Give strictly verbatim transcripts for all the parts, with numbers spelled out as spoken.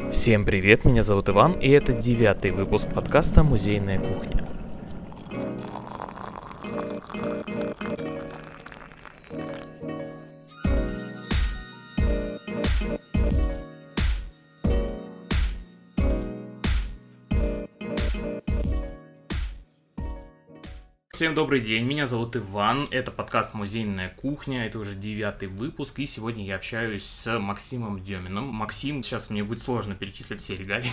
Всем привет, меня зовут Иван, и это девятый выпуск подкаста «Музейная кухня». Всем добрый день, меня зовут Иван, это подкаст «Музейная кухня», это уже девятый выпуск, и сегодня я общаюсь с Максимом Деминым. Максим, сейчас мне будет сложно перечислить все регалии,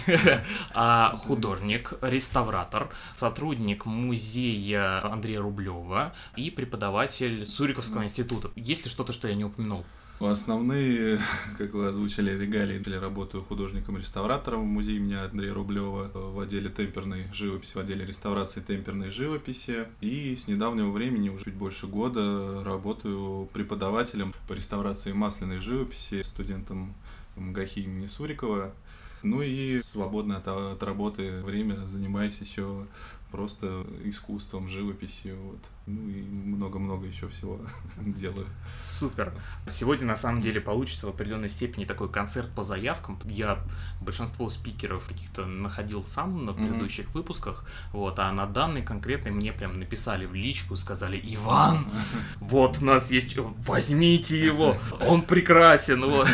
а художник, реставратор, сотрудник музея Андрея Рублева и преподаватель Суриковского института. Есть ли что-то, что я не упомянул? Основные, как вы озвучили, регалии. Я работаю художником-реставратором в музее имени Андрея Рублева в отделе темперной живописи, в отделе реставрации темперной живописи. И с недавнего времени, уже чуть больше года, работаю преподавателем по реставрации масляной живописи, студентом МГАХИ имени Сурикова. Ну и свободное от, от работы время занимаюсь еще просто искусством, живописью, вот. Ну и много-много еще всего делаю. Супер. Сегодня на самом деле получится в определенной степени такой концерт по заявкам. Я большинство спикеров каких-то находил сам на предыдущих mm-hmm. выпусках, вот, а на данный конкретный мне прям написали в личку, сказали: Иван, вот у нас есть, возьмите его, он прекрасен. Вот.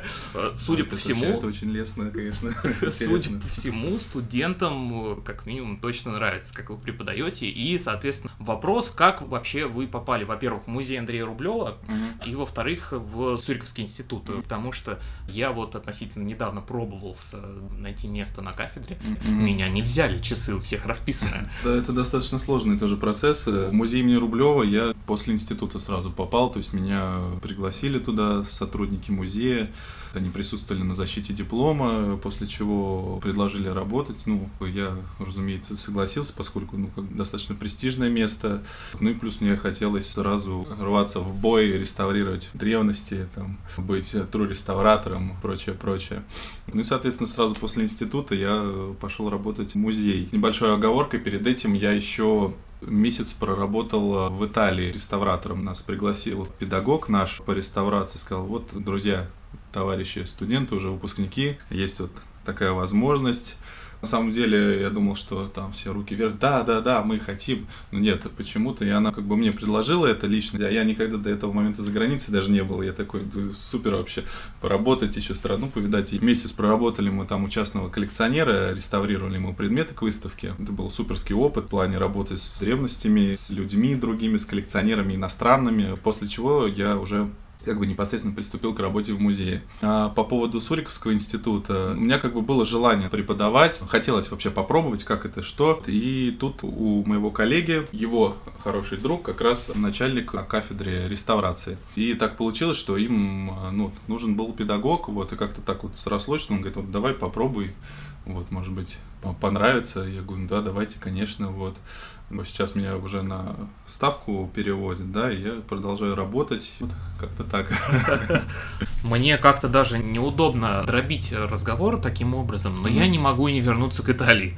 Судя по всему... Это очень лестно, конечно. Судя по всему, студентам как минимум точно нравится, как вы преподаете, и, соответственно, вопрос, как вообще вы попали, во-первых, в музей Андрея Рублева, uh-huh. и, во-вторых, в Суриковский институт, uh-huh. потому что я вот относительно недавно пробовался найти место на кафедре, uh-huh. меня не взяли, часы у всех расписаны. Да, это достаточно сложный тоже процесс. В музей имени Рублева я после института сразу попал, то есть меня пригласили туда сотрудники музея, они присутствовали на защите диплома, после чего предложили работать. Ну, я, разумеется, согласился, поскольку ну, как достаточно престижное место. Ну и плюс мне хотелось сразу рваться в бой, реставрировать древности, там, быть тру-реставратором, прочее, прочее. Ну и, соответственно, сразу после института я пошел работать в музей. С небольшой оговоркой, перед этим я еще месяц проработал в Италии реставратором. Нас пригласил педагог наш по реставрации, сказал: вот, друзья, товарищи студенты, уже выпускники, есть вот такая возможность. На самом деле, я думал, что там все руки вверх, да, да, да, мы хотим. Но нет, почему-то, и она как бы мне предложила это лично. Я никогда до этого момента за границей даже не был. Я такой: супер вообще, поработать, еще страну повидать. И месяц проработали мы там у частного коллекционера, реставрировали ему предметы к выставке. Это был суперский опыт в плане работы с древностями, с людьми другими, с коллекционерами иностранными. После чего я уже как бы непосредственно приступил к работе в музее. А по поводу Суриковского института, у меня как бы было желание преподавать, хотелось вообще попробовать, как это, что. И тут у моего коллеги, его хороший друг, как раз начальник на кафедре реставрации. И так получилось, что им ну, нужен был педагог, вот, и как-то так вот срослось, что он говорит: вот давай попробуй, вот, может быть, понравится. Я говорю: да, давайте, конечно, вот. Сейчас меня уже на ставку переводят, да, и я продолжаю работать, вот как-то так. Мне как-то даже неудобно дробить разговор таким образом, но mm-hmm. я не могу не вернуться к Италии.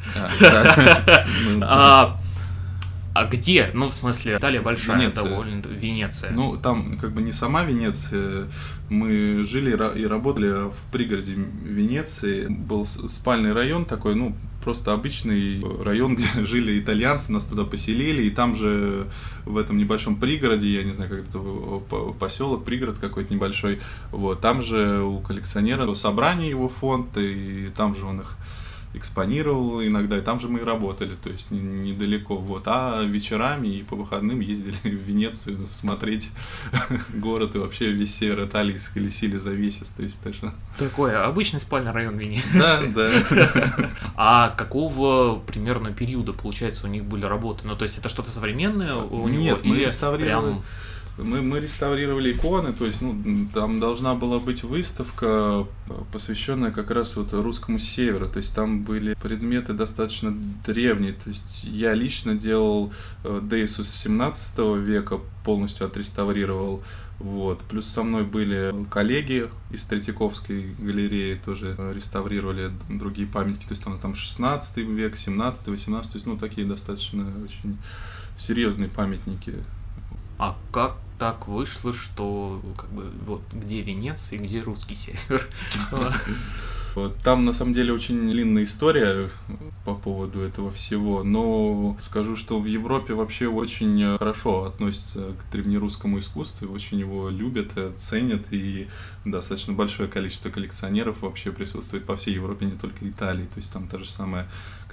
А, а где? Ну, в смысле, Италия большая, Венеция. довольно, Венеция. Ну, там как бы не сама Венеция. Мы жили и работали в пригороде Венеции. Был спальный район такой, ну, просто обычный район, где жили итальянцы, нас туда поселили, и там же в этом небольшом пригороде, я не знаю, как это поселок, пригород какой-то небольшой, вот, там же у коллекционера собрание его фонд, и там же он их экспонировал иногда, и там же мы и работали, то есть недалеко, вот, а вечерами и по выходным ездили в Венецию смотреть город, и вообще весь север Италии сколесили за месяц, то есть даже... Такой обычный спальный район Венеции. Да, да. А какого примерно периода, получается, у них были работы? Ну, то есть это что-то современное у него? Нет, мы реставрировали... Мы, мы реставрировали иконы, то есть ну, там должна была быть выставка, посвященная как раз вот русскому северу, то есть там были предметы достаточно древние, то есть я лично делал Дейсус семнадцатого века, полностью отреставрировал, вот, плюс со мной были коллеги из Третьяковской галереи, тоже реставрировали другие памятники, то есть там, там шестнадцатый век, семнадцатый, восемнадцатый, то есть ну такие достаточно очень серьезные памятники. А как так вышло, что как бы вот где Венеция и где русский север? Вот. Там на самом деле очень длинная история по поводу этого всего, но скажу, что в Европе вообще очень хорошо относятся к древнерусскому искусству, очень его любят, ценят, и достаточно большое количество коллекционеров вообще присутствует по всей Европе, не только Италии, то есть там та же самая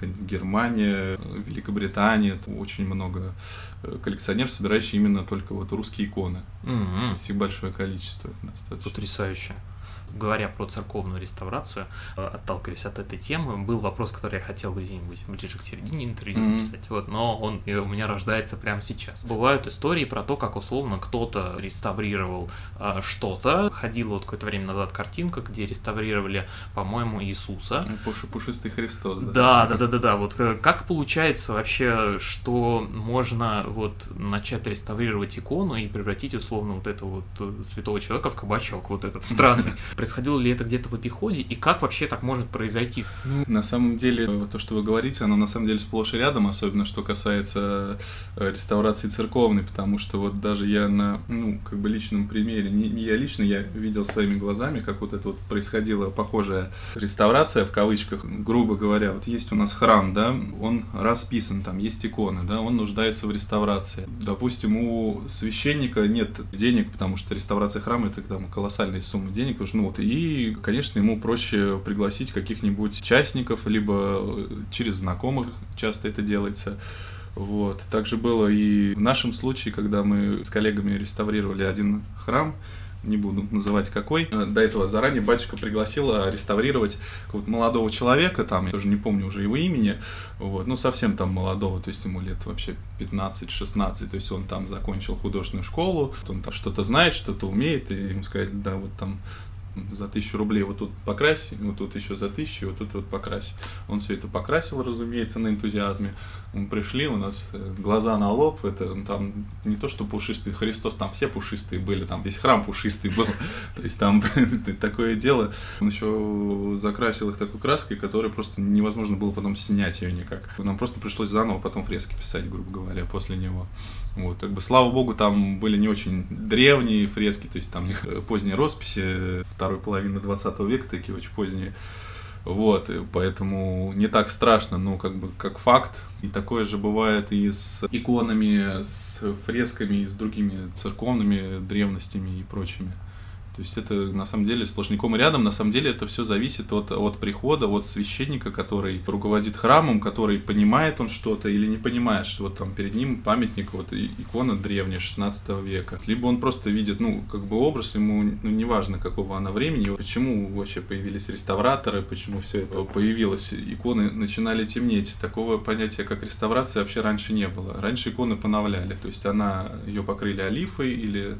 Германия, Великобритания, очень много коллекционеров, собирающих именно только вот русские иконы, mm-hmm. то есть их большое количество достаточно. Потрясающе. Говоря про церковную реставрацию, отталкиваясь от этой темы, был вопрос, который я хотел где-нибудь ближе к середине интервью mm-hmm. записать, вот, но он у меня рождается прямо сейчас. Бывают истории про то, как условно кто-то реставрировал э, что-то. Ходила вот какое-то время назад картинка, где реставрировали, по-моему, Иисуса. Пуш, пушистый Христос. Да, да, да, да, да. Вот как получается вообще, что можно вот начать реставрировать икону и превратить условно вот этого вот святого человека в кабачок, вот этот странный. Происходило ли это где-то в обиходе, и как вообще так может произойти? Ну, на самом деле, то, что вы говорите, оно на самом деле сплошь и рядом, особенно что касается реставрации церковной, потому что вот даже я на, ну, как бы личном примере, не, не я лично, я видел своими глазами, как вот это вот происходила похожая реставрация, в кавычках, грубо говоря, вот есть у нас храм, да, он расписан, там есть иконы, да, он нуждается в реставрации. Допустим, у священника нет денег, потому что реставрация храма — это там колоссальные суммы денег, потому что, ну, и, конечно, ему проще пригласить каких-нибудь частников, либо через знакомых, часто это делается. Вот. Также было и в нашем случае, когда мы с коллегами реставрировали один храм, не буду называть какой. До этого заранее батюшка пригласил реставрировать какого-то молодого человека, там, я тоже не помню уже его имени, вот, ну, совсем там молодого, то есть ему лет вообще пятнадцать-шестнадцать, то есть он там закончил художественную школу, он там что-то знает, что-то умеет, и ему сказали, да, вот там за тысячу рублей вот тут покрась, вот тут еще за тысячу, вот тут вот покрась. Он все это покрасил, разумеется, на энтузиазме. Мы пришли, у нас глаза на лоб, это там не то, что пушистый Христос, там все пушистые были, там весь храм пушистый был. То есть там такое дело. Он еще закрасил их такой краской, которой просто невозможно было потом снять ее никак. Нам просто пришлось заново потом фрески писать, грубо говоря, после него. Вот, как бы, слава богу, там были не очень древние фрески, то есть там поздние росписи, второй половины двадцатого века, такие очень поздние. Вот, и поэтому не так страшно, но как бы как факт. И такое же бывает и с иконами, с фресками, и с другими церковными древностями и прочими. То есть это на самом деле сплошняком и рядом, на самом деле это все зависит от, от прихода, от священника, который руководит храмом, который понимает он что-то или не понимает, что вот там перед ним памятник, вот икона древняя шестнадцатого века. Либо он просто видит, ну, как бы образ, ему, ну, неважно какого она времени, почему вообще появились реставраторы, почему все это появилось, иконы начинали темнеть. Такого понятия, как реставрация, вообще раньше не было. Раньше иконы поновляли, то есть она, ее покрыли олифой или,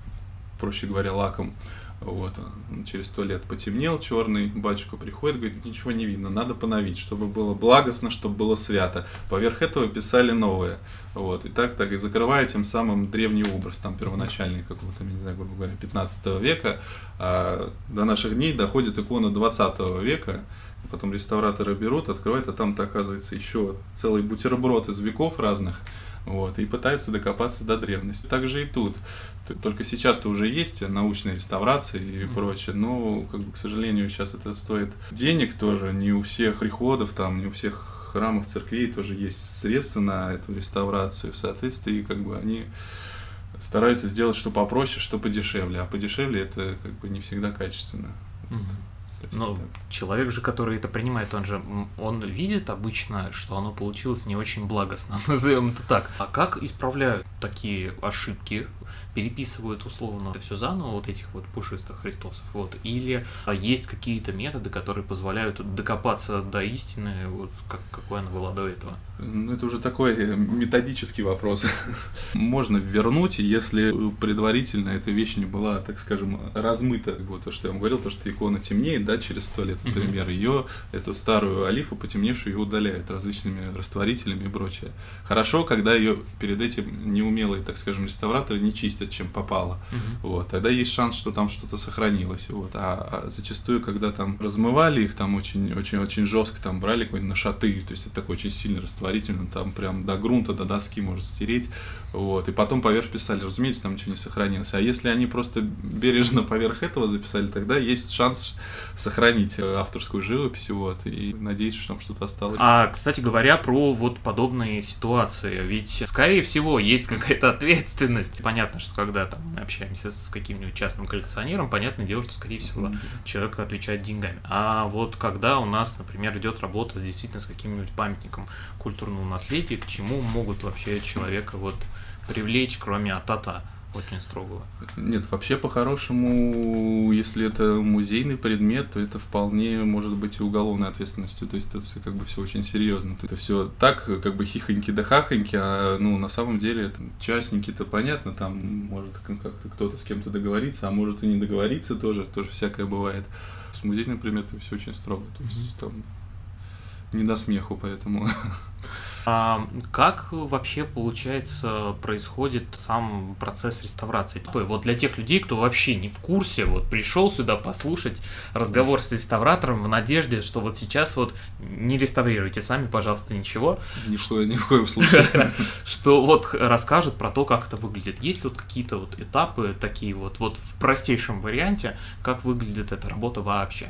проще говоря, лаком. Вот. Он через сто лет потемнел, черный, батюшка приходит, говорит, ничего не видно, надо поновить, чтобы было благостно, чтобы было свято. Поверх этого писали новое. Вот. И так, так и закрывая тем самым древний образ, там первоначальный какого-то, не знаю, грубо говоря, пятнадцатого века, а до наших дней доходит икона двадцатого века. Потом реставраторы берут, открывают, а там-то оказывается еще целый бутерброд из веков разных. Вот, и пытаются докопаться до древности. Так же и тут. Только сейчас-то уже есть научные реставрации и mm-hmm. прочее, но, как бы, к сожалению, сейчас это стоит денег тоже. Не у всех приходов, там, не у всех храмов, церквей тоже есть средства на эту реставрацию. В соответствии, как бы, они стараются сделать что попроще, что подешевле. А подешевле это, как бы, не всегда качественно. Mm-hmm. Но это... человек же, который это принимает, он же, он видит обычно, что оно получилось не очень благостно, назовем это так. А как исправляют такие ошибки? Переписывают условно это все заново, вот этих вот пушистых Христосов, вот, или есть какие-то методы, которые позволяют докопаться до истины, вот, как, какой она была до этого? Ну, это уже такой методический вопрос. Можно вернуть, если предварительно эта вещь не была, так скажем, размыта. Вот то, что я вам говорил, то, что икона темнеет, да, через сто лет, например, ее, эту старую олифу, потемневшую, ее удаляют различными растворителями и прочее. Хорошо, когда ее перед этим неумелые, так скажем, реставраторы не чистят, чем попало. Uh-huh. Вот. Тогда есть шанс, что там что-то сохранилось. Вот. А, а зачастую, когда там размывали их там очень-очень-очень жестко, там брали какой-нибудь нашаты, то есть это такой очень сильный растворительный, там прям до грунта, до доски может стереть. Вот. И потом поверх писали, разумеется, там ничего не сохранилось. А если они просто бережно поверх этого записали, тогда есть шанс, сохранить авторскую живопись, вот, и надеюсь, что там что-то осталось. А, кстати говоря, про вот подобные ситуации, ведь, скорее всего, есть какая-то ответственность. Понятно, что когда там мы общаемся с каким-нибудь частным коллекционером, понятное дело, что, скорее всего, человек отвечает деньгами. А вот когда у нас, например, идет работа действительно с каким-нибудь памятником культурного наследия, к чему могут вообще человека вот привлечь, кроме атата очень строгого? Нет, вообще по-хорошему, если это музейный предмет, то это вполне может быть и уголовной ответственностью, то есть это все как бы все очень серьезно. Это все так, как бы хихоньки да хахоньки, а ну на самом деле это частники-то понятно, там может как-то кто-то с кем-то договориться, а может и не договориться тоже, тоже всякое бывает. С музейным предметом все очень строго, то есть mm-hmm. там не до смеху, поэтому... А как вообще, получается, происходит сам процесс реставрации? Вот для тех людей, кто вообще не в курсе, вот пришел сюда послушать разговор с реставратором в надежде, что вот сейчас вот не реставрируйте сами, пожалуйста, ничего. Ни в, ни в коем случае. Что вот расскажут про то, как это выглядит. Есть вот какие-то вот этапы такие вот, вот в простейшем варианте, как выглядит эта работа вообще?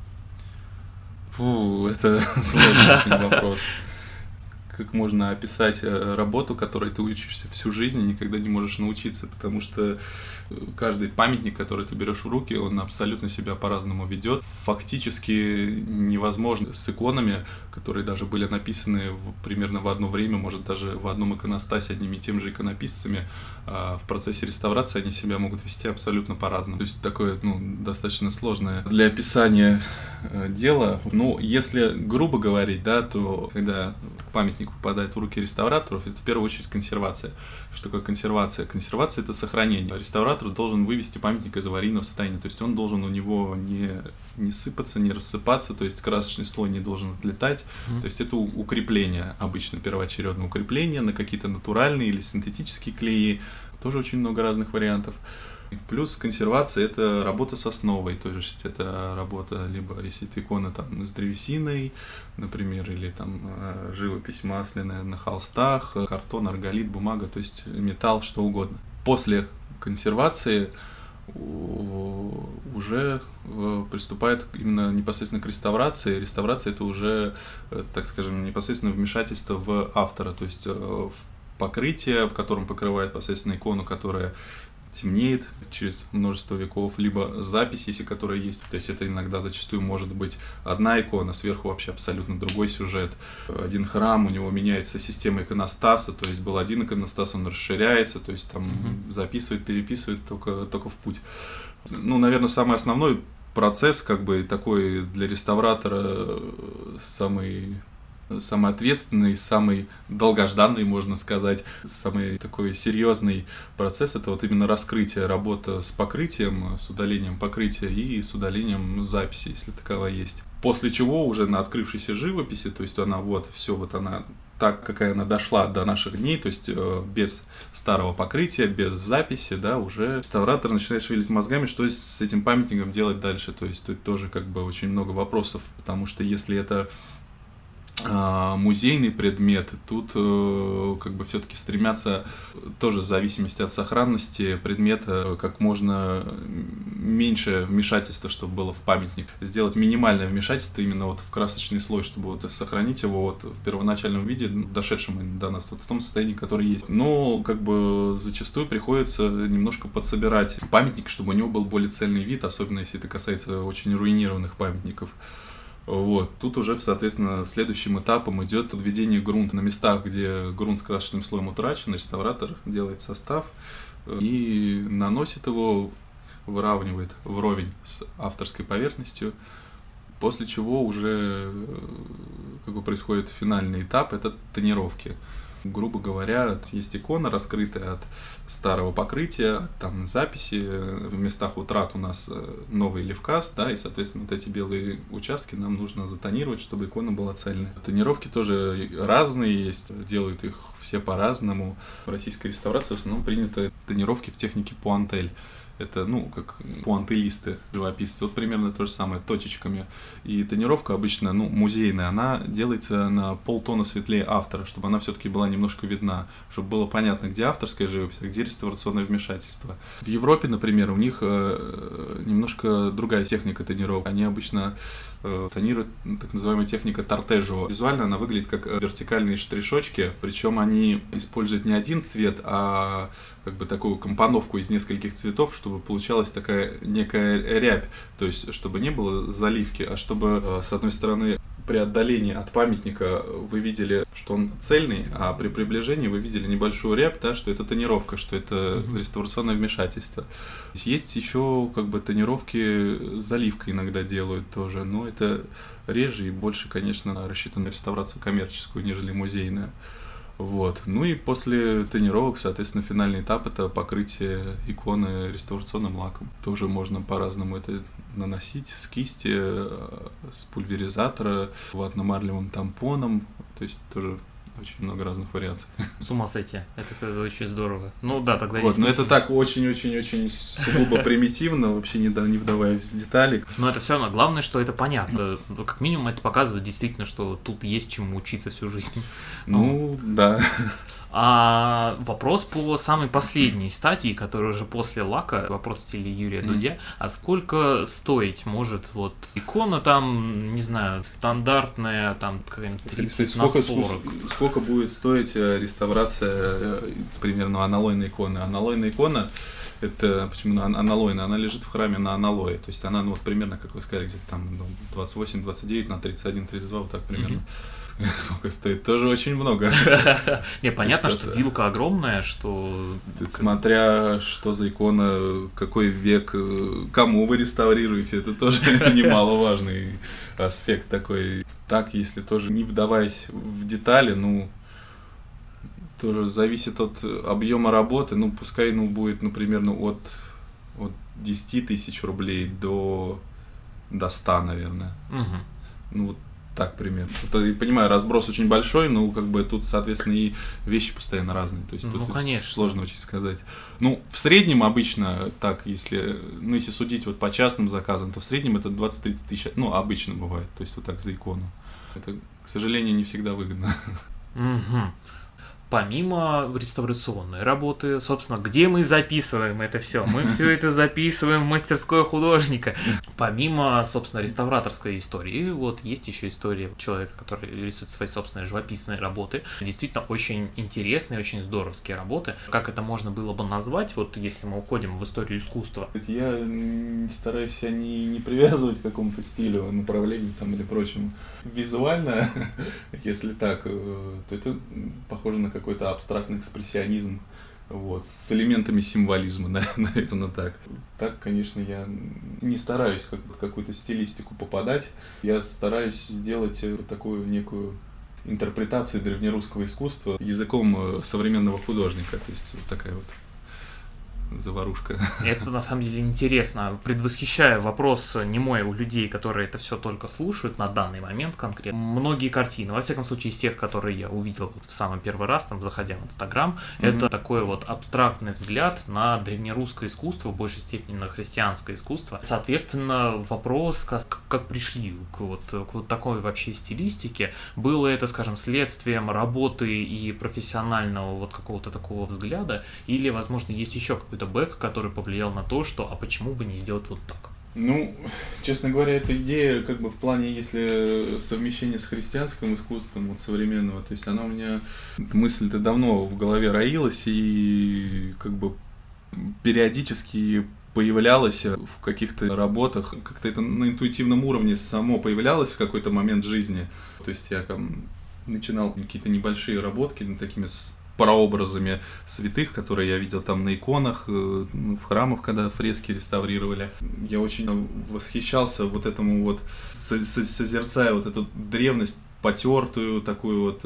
Фу, это сложный очень вопрос. Как можно описать работу, которой ты учишься всю жизнь и никогда не можешь научиться, потому что каждый памятник, который ты берешь в руки, он абсолютно себя по-разному ведет. Фактически невозможно с иконами, которые даже были написаны в, примерно в одно время, может даже в одном иконостасе одними и теми же иконописцами, а в процессе реставрации они себя могут вести абсолютно по-разному. То есть такое, ну, достаточно сложное для описания дело. Ну, если грубо говорить, да, то когда памятник попадает в руки реставраторов, это в первую очередь консервация. Что такое консервация? Консервация — это сохранение. Реставратор должен вывести памятник из аварийного состояния, то есть он должен у него не, не сыпаться, не рассыпаться, то есть красочный слой не должен отлетать, mm-hmm. то есть это укрепление, обычно первоочередное укрепление на какие-то натуральные или синтетические клеи, тоже очень много разных вариантов. Плюс консервация — это работа с основой, то есть это работа либо, если это икона там с древесиной, например, или там живопись масляная на холстах, картон, арголит, бумага, то есть металл, что угодно. После консервации уже приступает именно непосредственно к реставрации. Реставрация — это уже, так скажем, непосредственно вмешательство в автора, то есть в покрытие, которым покрывает непосредственно икону, которая темнеет через множество веков, либо запись, если которая есть. То есть это иногда зачастую может быть одна икона, сверху вообще абсолютно другой сюжет. Один храм, у него меняется система иконостаса, то есть был один иконостас, он расширяется, то есть там mm-hmm. записывает, переписывает только, только в путь. Ну, наверное, самый основной процесс, как бы такой для реставратора, самый... самый ответственный, самый долгожданный, можно сказать, самый такой серьезный процесс — это вот именно раскрытие, работа с покрытием, с удалением покрытия и с удалением записи, если таковая есть. После чего уже на открывшейся живописи, то есть она вот, все вот она так, какая она дошла до наших дней, то есть э, без старого покрытия, без записи, да, уже реставратор начинает шевелить мозгами, что с этим памятником делать дальше. То есть тут тоже как бы очень много вопросов, потому что если это музейный предмет, тут э, как бы все-таки стремятся тоже в зависимости от сохранности предмета как можно меньше вмешательства, чтобы было в памятник. Сделать минимальное вмешательство именно вот в красочный слой, чтобы вот сохранить его вот в первоначальном виде, дошедшем до нас, вот в том состоянии, которое есть. Но как бы зачастую приходится немножко подсобирать памятник, чтобы у него был более цельный вид, особенно если это касается очень руинированных памятников. Вот. Тут уже, соответственно, следующим этапом идет подведение грунта. На местах, где грунт с красочным слоем утрачен, реставратор делает состав и наносит его, выравнивает вровень с авторской поверхностью, после чего уже как бы происходит финальный этап, это тонировки. Грубо говоря, есть икона, раскрытая от старого покрытия, там записи, в местах утрат у нас новый левказ, да, и, соответственно, вот эти белые участки нам нужно затонировать, чтобы икона была цельная. Тонировки тоже разные есть, делают их все по-разному. В российской реставрации в основном приняты тонировки в технике пуантель. Это, ну, как пуантилисты, живописцы. Вот примерно то же самое, точечками. И тонировка обычно, ну, музейная, она делается на полтона светлее автора, чтобы она все-таки была немножко видна, чтобы было понятно, где авторская живопись, а где реставрационное вмешательство. В Европе, например, у них э, немножко другая техника тонировки. Они обычно э, тонируют, так называемая техника тортежио. Визуально она выглядит как вертикальные штришочки, причем они используют не один цвет, а как бы такую компоновку из нескольких цветов, чтобы получалась такая некая рябь, то есть чтобы не было заливки, а чтобы с одной стороны при отдалении от памятника вы видели, что он цельный, а при приближении вы видели небольшую рябь, да, что это тонировка, что это mm-hmm. реставрационное вмешательство. Есть еще как бы тонировки с заливкой иногда делают тоже, но это реже и больше, конечно, рассчитано на реставрацию коммерческую, нежели музейную. Вот. Ну и после тонировок, соответственно, финальный этап — это покрытие иконы реставрационным лаком. Тоже можно по-разному это наносить с кисти, с пульверизатора, ватно-марлевым тампоном, то есть тоже очень много разных вариаций. С ума сойти, это очень здорово. Ну да, тогда вот, но это так очень-очень-очень сугубо примитивно, вообще не, не вдаваясь в детали. Но это все равно, главное, что это понятно. Как минимум это показывает действительно, что тут есть чему учиться всю жизнь. Ну, да. А вопрос по самой последней стадии, которая уже после лака, вопрос в стиле Юрия mm. Дудя. А сколько стоить может вот икона там, не знаю, стандартная, там какая-нибудь тридцать на сорок? Сколько будет стоить реставрация примерно аналойной иконы? Аналойная икона, это почему аналойная? Она лежит в храме на аналое. То есть она, ну вот примерно, как вы сказали, где-то там двадцать восемь двадцать девять на тридцать один тридцать два, вот так примерно. Mm-hmm. Сколько стоит? Тоже очень много. Не, понятно, что вилка огромная, что... Смотря что за икона, какой век, кому вы реставрируете, это тоже немаловажный аспект такой. Так, если тоже не вдаваясь в детали, ну, тоже зависит от объема работы, ну, пускай, ну, будет, например, ну, от, от десяти тысяч рублей до, до ста, наверное. Угу. Ну, вот так примерно. Это, я понимаю, разброс очень большой, но как бы тут, соответственно, и вещи постоянно разные. То есть ну, тут конечно. Сложно очень сказать. Ну, в среднем обычно так, если, ну, если судить вот по частным заказам, то в среднем это двадцать-тридцать тысяч, ну, обычно бывает, то есть вот так за икону. Это, к сожалению, не всегда выгодно. Угу. Помимо реставрационной работы, собственно, где мы записываем это все? Мы все это записываем в мастерской художника. Помимо, собственно, реставраторской истории, вот есть еще история человека, который рисует свои собственные живописные работы. Действительно очень интересные, очень здоровские работы. Как это можно было бы назвать, вот если мы уходим в историю искусства? Я стараюсь себя не, не привязывать к какому-то стилю, направлению там или прочему. Визуально, если так, то это похоже на какой-то абстрактный экспрессионизм, вот, с элементами символизма, наверное, так. Так, конечно, я не стараюсь как бы какую-то стилистику попадать, я стараюсь сделать такую некую интерпретацию древнерусского искусства языком современного художника, то есть вот такая вот заварушка. Это на самом деле интересно. Предвосхищая вопрос немой у людей, которые это все только слушают на данный момент конкретно. Многие картины, во всяком случае из тех, которые я увидел вот в самый первый раз, там, заходя в Инстаграм, mm-hmm. это такой вот абстрактный взгляд на древнерусское искусство, в большей степени на христианское искусство. Соответственно, вопрос, как, как пришли к вот, к вот такой вообще стилистике, было это, скажем, следствием работы и профессионального вот какого-то такого взгляда, или, возможно, есть еще какой-то бэк, который повлиял на то, что а почему бы не сделать вот так? Ну, честно говоря, эта идея как бы в плане, если совмещение с христианским искусством, вот современного, то есть она у меня, мысль-то давно в голове роилась и как бы периодически появлялась в каких-то работах, как-то это на интуитивном уровне само появлялось в какой-то момент жизни. То есть я там начинал какие-то небольшие работки над такими прообразами святых, которые я видел там на иконах, в храмах, когда фрески реставрировали. Я очень восхищался вот этому вот, созерцая вот эту древность, потертую, такую вот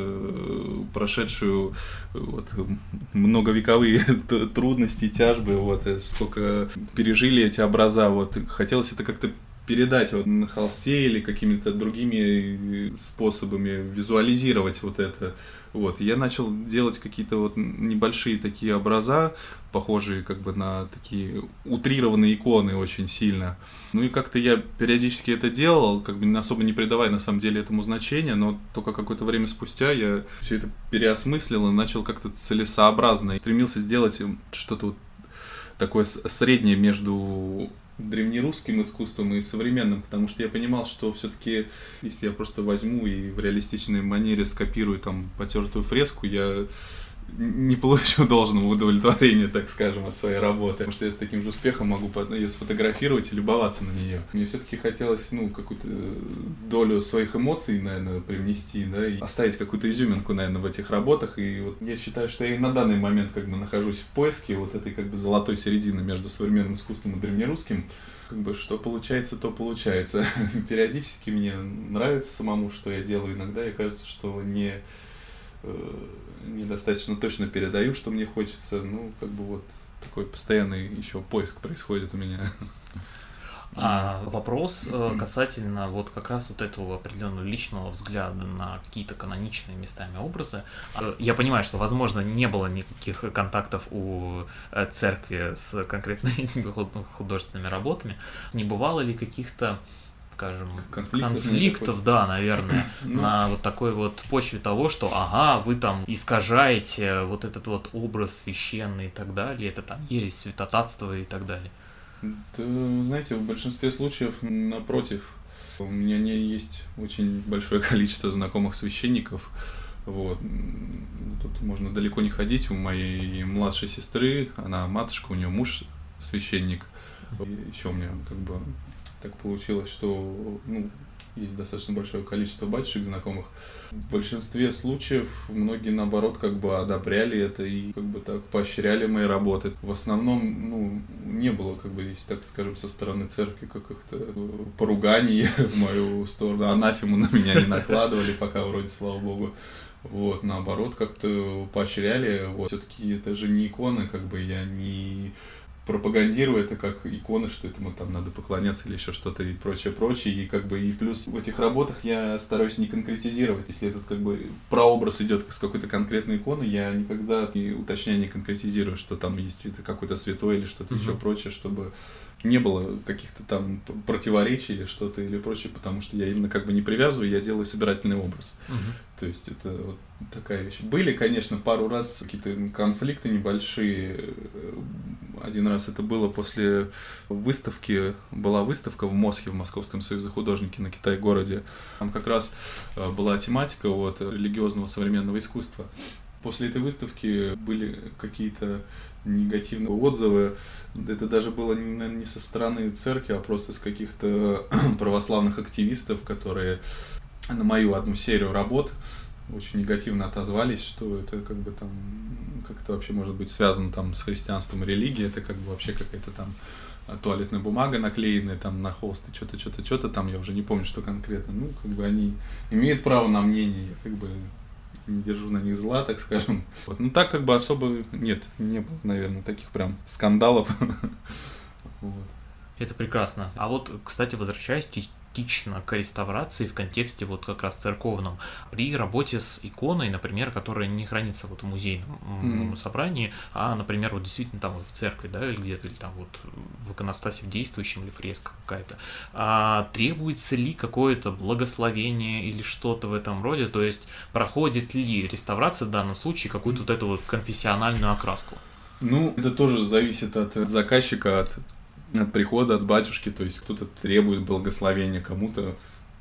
э, прошедшую вот, многовековые трудности, тяжбы, вот, сколько пережили эти образа, вот, хотелось это как-то передать вот на холсте или какими-то другими способами визуализировать вот это. Вот. Я начал делать какие-то вот небольшие такие образа, похожие как бы на такие утрированные иконы очень сильно. Ну и как-то я периодически это делал, как бы особо не придавая на самом деле этому значения, но только какое-то время спустя я все это переосмыслил и начал как-то целесообразно. Стремился сделать что-то вот такое среднее между древнерусским искусством и современным, потому что я понимал, что все-таки, если я просто возьму и в реалистичной манере скопирую там потертую фреску, я не получу должного удовлетворения, так скажем, от своей работы, потому что я с таким же успехом могу ее сфотографировать и любоваться на нее. Мне все-таки хотелось, ну, какую-то долю своих эмоций, наверное, привнести, да, и оставить какую-то изюминку, наверное, в этих работах, и вот я считаю, что я и на данный момент как бы нахожусь в поиске вот этой как бы золотой середины между современным искусством и древнерусским. Как бы что получается, то получается. Периодически мне нравится самому, что я делаю, иногда мне кажется, что не недостаточно точно передаю, что мне хочется. Ну, как бы вот такой постоянный еще поиск происходит у меня. А вопрос касательно вот как раз вот этого определенного личного взгляда на какие-то каноничные местами образы. Я понимаю, что, возможно, не было никаких контактов у церкви с конкретными художественными работами. Не бывало ли каких-то, скажем, конфликтов, конфликтов да, наверное, ну, на вот такой вот почве того, что, ага, вы там искажаете вот этот вот образ священный и так далее, это там ересь, святотатство и так далее? Да, знаете, в большинстве случаев, напротив, у меня не есть очень большое количество знакомых священников, вот, тут можно далеко не ходить, у моей младшей сестры, она матушка, у нее муж священник, и еще у меня как бы так получилось, что, ну, есть достаточно большое количество батюшек знакомых. В большинстве случаев многие, наоборот, как бы одобряли это и как бы так поощряли мои работы. В основном, ну, не было, как бы, если так скажем, со стороны церкви каких-то поруганий в мою сторону. Анафему на меня не накладывали, пока вроде, слава богу. Вот, наоборот, как-то поощряли. Вот. Все-таки это же не иконы, как бы я не пропагандирую это как иконы, что этому там надо поклоняться или еще что-то и прочее, прочее. И как бы и плюс в этих работах я стараюсь не конкретизировать. Если этот как бы прообраз идет с какой-то конкретной иконы, я никогда не уточняю, не конкретизирую, что там есть это какой-то святой или что-то uh-huh. еще прочее, чтобы не было каких-то там противоречий или что-то или прочее, потому что я именно как бы не привязываю, я делаю собирательный образ. Uh-huh. То есть это вот такая вещь. Были, конечно, пару раз какие-то конфликты небольшие. Один раз это было после выставки, была выставка в Мосхе, в Московском союзе художников на Китай-городе. Там как раз была тематика вот, религиозного современного искусства. После этой выставки были какие-то негативные отзывы. Это даже было не, не со стороны церкви, а просто с каких-то православных активистов, которые на мою одну серию работ очень негативно отозвались, что это как бы там, как это вообще может быть связано там с христианством и религией, это как бы вообще какая-то там туалетная бумага наклеенная там на холсты, что-то, что-то, что-то там, я уже не помню, что конкретно. Ну, как бы они имеют право на мнение, я как бы не держу на них зла, так скажем. Вот. Ну, так как бы особо нет, не было, наверное, таких прям скандалов. Вот. Это прекрасно. А вот, кстати, возвращаясь частично к реставрации в контексте вот как раз церковном, при работе с иконой, например, которая не хранится вот в музейном mm-hmm. собрании, а, например, вот действительно там вот в церкви, да, или где-то, или там вот в иконостасе в действующем, или фреска какая-то, а требуется ли какое-то благословение или что-то в этом роде, то есть проходит ли реставрация в данном случае какую-то вот эту вот конфессиональную окраску? Ну, это тоже зависит от заказчика, от от прихода, от батюшки, то есть кто-то требует благословения, кому-то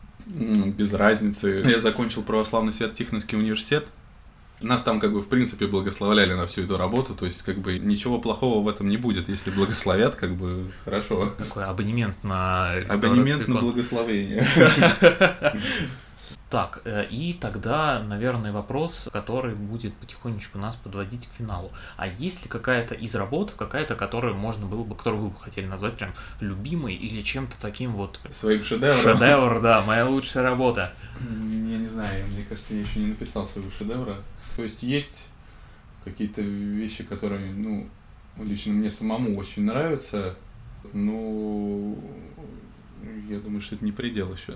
без разницы. Я закончил православный Свято-Тихоновский университет, нас там как бы в принципе благословляли на всю эту работу, то есть как бы ничего плохого в этом не будет, если благословят, как бы хорошо. Такой абонемент на реставрацию. Абонемент на благословение. Так, и тогда, наверное, вопрос, который будет потихонечку нас подводить к финалу. А есть ли какая-то из работ, какая-то, которую можно было бы, которую вы бы хотели назвать прям любимой или чем-то таким вот... Своим шедевром? Шедевр, да, моя лучшая работа. Я не знаю, мне кажется, я еще не написал своего шедевра. То есть есть какие-то вещи, которые, ну, лично мне самому очень нравятся, но Я думаю, что это не предел еще.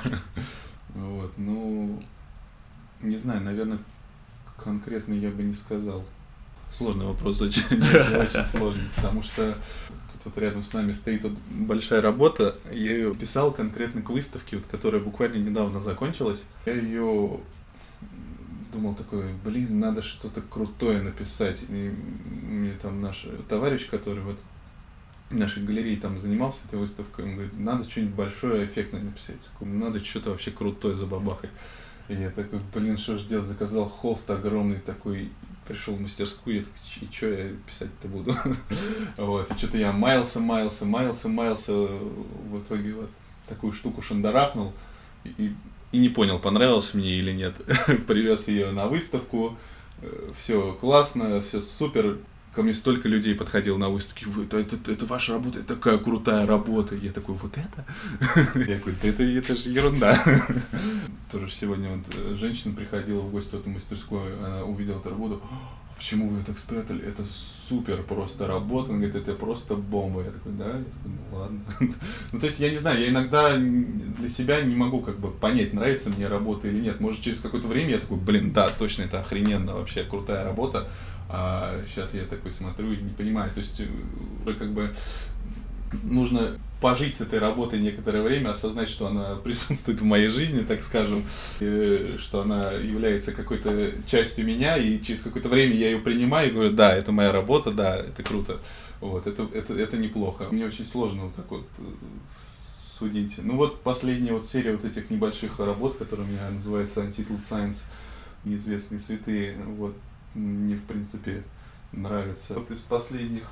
Вот, ну, не знаю, наверное, конкретно я бы не сказал. Сложный вопрос, очень, очень сложный, потому что тут вот рядом с нами стоит вот большая работа. Я ее писал конкретно к выставке, вот, которая буквально недавно закончилась. Я ее думал такой, блин, надо что-то крутое написать. И мне там наш товарищ, который вот в нашей галерее там занимался этой выставкой, он говорит, надо что-нибудь большое, эффектное написать. Надо что-то вообще крутое забабахать. И я такой, блин, что ж делать, заказал холст огромный такой, пришел в мастерскую, я такой, и что я писать-то буду? Вот, и что-то я маялся, маялся, маялся, маялся, в итоге вот такую штуку шандарахнул, и, и не понял, понравилось мне или нет. Привез ее на выставку, все классно, все супер. Ко мне столько людей подходило на выставке, это, это, это ваша работа, это такая крутая работа. Я такой, вот это? Я говорю, это, это же ерунда. Тоже сегодня вот женщина приходила в гости в эту мастерскую, она увидела эту работу. Почему вы ее так спрятали? Это супер просто работа. Она говорит, это просто бомба. Я такой, да? Я такой, ну ладно. Ну то есть я не знаю, я иногда для себя не могу как бы понять, нравится мне работа или нет. Может через какое-то время я такой, блин, да, точно, это охрененно вообще, крутая работа. А сейчас я такой смотрю и не понимаю, то есть уже как бы нужно пожить с этой работой некоторое время, осознать, что она присутствует в моей жизни, так скажем, и что она является какой-то частью меня, и через какое-то время я ее принимаю и говорю, да, это моя работа, да, это круто, вот, это, это, это неплохо. Мне очень сложно вот так вот судить. Ну вот последняя вот серия вот этих небольших работ, которая у меня называется Untitled Science, неизвестные цветы, вот, мне, в принципе, нравится. Вот из последних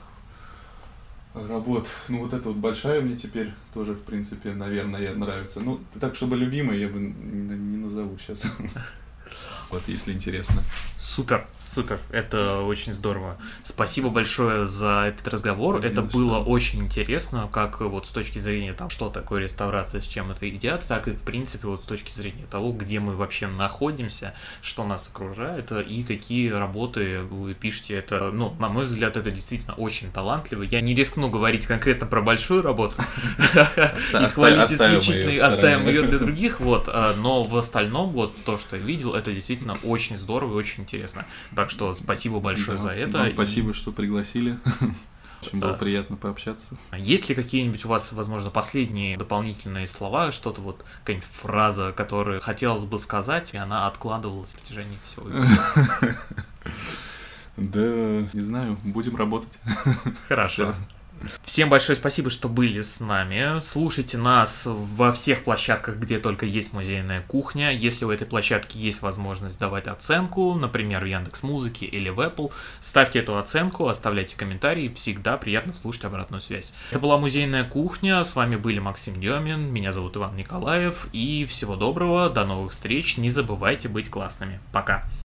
работ, ну вот эта вот большая мне теперь тоже, в принципе, наверное, нравится. Ну, так, чтобы любимой, я бы не назову сейчас. Вот, если интересно. Супер, супер, это очень здорово. Спасибо большое за этот разговор. Это, это было что? Очень интересно, как вот с точки зрения там, что такое реставрация, с чем это едят, так и в принципе вот с точки зрения того, где мы вообще находимся, что нас окружает и какие работы вы пишете. Это, ну, на мой взгляд, это действительно очень талантливо. Я не рискну говорить конкретно про большую работу и хвалить исключительно, оставим ее для других, вот, но в остальном вот то, что я видел, это действительно очень здорово и очень интересно. Так что спасибо большое да, за это. Вам спасибо, и... что пригласили. Очень было приятно пообщаться. Есть ли какие-нибудь у вас, возможно, последние дополнительные слова, что-то вот, какая-нибудь фраза, которую хотелось бы сказать, и она откладывалась в протяжении всего? Да, не знаю, будем работать. Хорошо. Всем большое спасибо, что были с нами. Слушайте нас во всех площадках, где только есть музейная кухня. Если у этой площадки есть возможность давать оценку, например, в Яндекс.Музыке или в Apple, ставьте эту оценку, оставляйте комментарии. Всегда приятно слушать обратную связь. Это была музейная кухня. С вами были Максим Демин, меня зовут Иван Николаев. И всего доброго, до новых встреч. Не забывайте быть классными. Пока.